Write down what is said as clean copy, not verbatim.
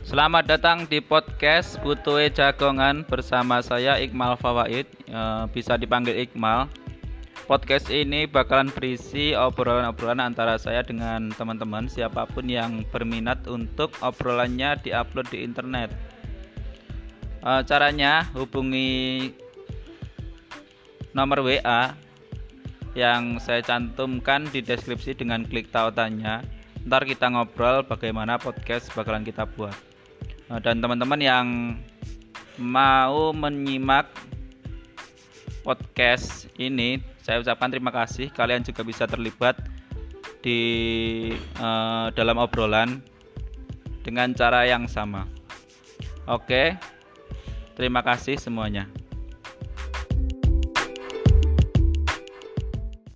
Selamat datang di podcast Butuhe Jagongan bersama saya Iqmal Fawaid, bisa dipanggil Iqmal. Podcast ini bakalan berisi obrolan-obrolan antara saya dengan teman-teman siapapun yang berminat untuk obrolannya diupload di internet. Caranya hubungi nomor WA yang saya cantumkan di deskripsi dengan klik tautannya. Ntar kita ngobrol bagaimana podcast bakalan kita buat. Dan teman-teman yang mau menyimak podcast ini, saya ucapkan terima kasih. Kalian juga bisa terlibat di dalam obrolan dengan cara yang sama. Oke, terima kasih semuanya.